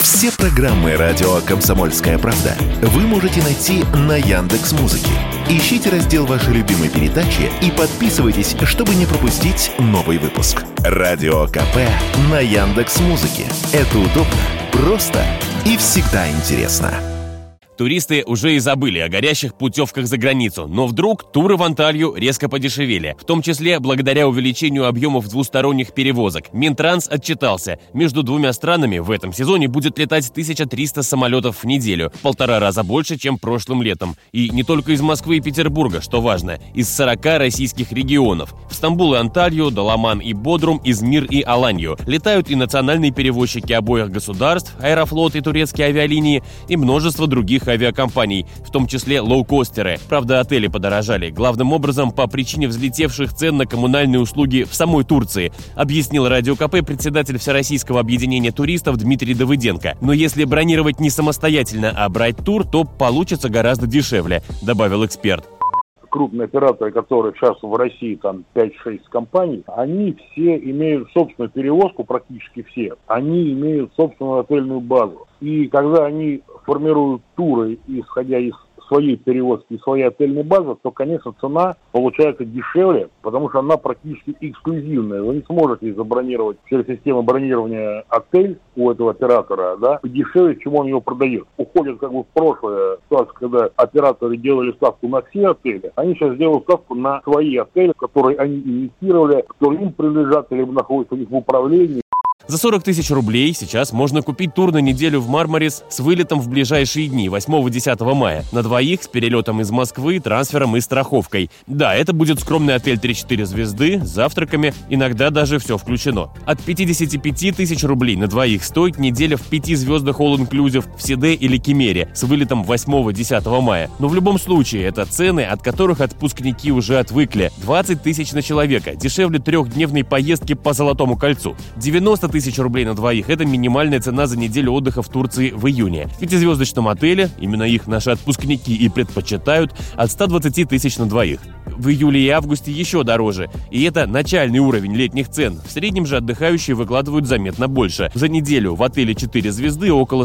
Все программы радио «Комсомольская правда» вы можете найти на Яндекс.Музыке. Ищите раздел вашей любимой передачи и подписывайтесь, чтобы не пропустить новый выпуск. Радио КП на Яндекс.Музыке. Это удобно, просто и всегда интересно. Туристы уже и забыли о горящих путевках за границу, но вдруг туры в Анталью резко подешевели, в том числе благодаря увеличению объемов двусторонних перевозок. Минтранс отчитался, между двумя странами в этом сезоне будет летать 1300 самолетов в неделю, в 1,5 раза больше, чем прошлым летом. И не только из Москвы и Петербурга, что важно, из 40 российских регионов. В Стамбул и Анталью, Даламан и Бодрум, Измир и Аланью летают и национальные перевозчики обоих государств, Аэрофлот и турецкие авиалинии, и множество других авиакомпаний, в том числе лоукостеры. Правда, отели подорожали, главным образом по причине взлетевших цен на коммунальные услуги в самой Турции, объяснил Радио КП председатель Всероссийского объединения туристов Дмитрий Давыденко. Но если бронировать не самостоятельно, а брать тур, то получится гораздо дешевле, добавил эксперт. Крупные операторы, которые сейчас в России, там 5-6 компаний, они все имеют собственную перевозку, практически все. Они имеют собственную отельную базу. И когда они формируют туры, исходя из своей перевозки и своей отельной базы, то, конечно, цена получается дешевле, потому что она практически эксклюзивная. Вы не сможете забронировать через систему бронирования отель у этого оператора, да, дешевле, чем он его продает. Уходит как бы в прошлое ситуация, когда операторы делали ставку на все отели, они сейчас делают ставку на свои отели, которые они имитировали, которые им принадлежат, либо находятся у них в управлении. За 40 тысяч рублей сейчас можно купить тур на неделю в Мармарис с вылетом в ближайшие дни, 8-10 мая, на двоих с перелетом из Москвы, трансфером и страховкой. Да, это будет скромный отель 3-4 звезды, с завтраками, иногда даже все включено. От 55 тысяч рублей на двоих стоит неделя в 5 звездах all-inclusive в Сиде или Кемере с вылетом 8-10 мая. Но в любом случае, это цены, от которых отпускники уже отвыкли. 20 тысяч на человека, дешевле 3-дневной поездки по Золотому кольцу. 90 тысяч рублей на двоих – это минимальная цена за неделю отдыха в Турции в июне. В 5-звездочном отеле, именно их наши отпускники и предпочитают, от 120 тысяч на двоих. В июле и августе еще дороже, и это начальный уровень летних цен. В среднем же отдыхающие выкладывают заметно больше. За неделю в отеле 4 звезды около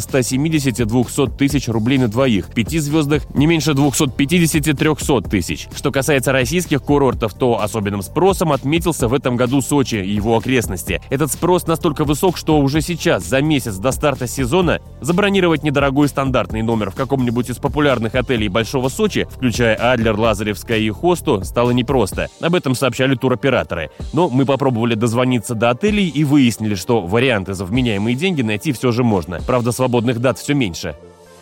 170-200 тысяч рублей на двоих. В 5 звездах не меньше 250-300 тысяч. Что касается российских курортов, то особенным спросом отметился в этом году Сочи и его окрестности. Этот спрос настолько высок, что уже сейчас, за месяц до старта сезона, забронировать недорогой стандартный номер в каком-нибудь из популярных отелей Большого Сочи, включая Адлер, Лазаревское и Хосту, стало непросто. Об этом сообщали туроператоры. Но мы попробовали дозвониться до отелей и выяснили, что варианты за вменяемые деньги найти все же можно. Правда, свободных дат все меньше.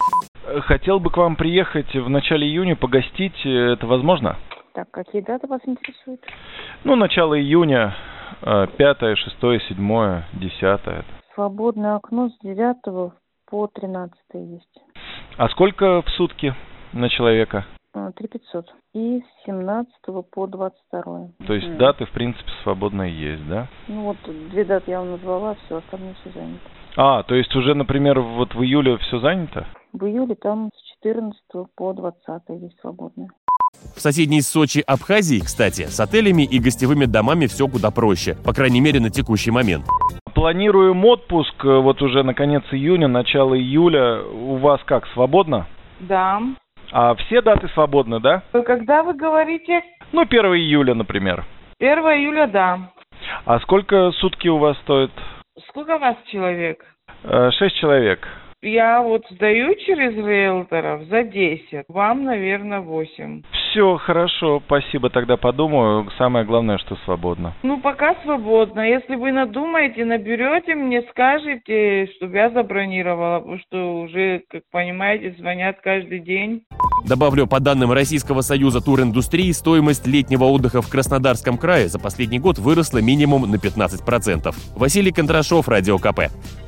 Хотел бы к вам приехать в начале июня погостить. Это возможно? Так, какие даты вас интересуют? Начало июня. 5, 6, 7, 10. Свободное окно с 9 по 13 есть. А сколько в сутки на человека? 3500. И с 17 по 22. То есть даты, в принципе, свободные есть, да? 2 даты я вам назвала, все, остальное все занято. То есть уже, например, вот в июле все занято? В июле там с 14 по 20 есть свободное. В соседней с Сочи Абхазии, кстати, с отелями и гостевыми домами все куда проще, по крайней мере на текущий момент. Планируем отпуск вот уже на конец июня, начало июля. У вас как, свободно? Да. А все даты свободны, да? Когда вы говорите? 1 июля, например. 1 июля, да. А сколько сутки у вас стоит? Сколько у вас человек? 6 человек. Я сдаю через риэлторов за 10. Вам, наверное, 8. Все, хорошо, спасибо, тогда подумаю. Самое главное, что свободно. Пока свободно. Если вы надумаете, наберете, мне скажете, чтобы я забронировала, потому что уже, как понимаете, звонят каждый день. Добавлю, по данным Российского союза туриндустрии, стоимость летнего отдыха в Краснодарском крае за последний год выросла минимум на 15%. Василий Кондрашов, Радио КП.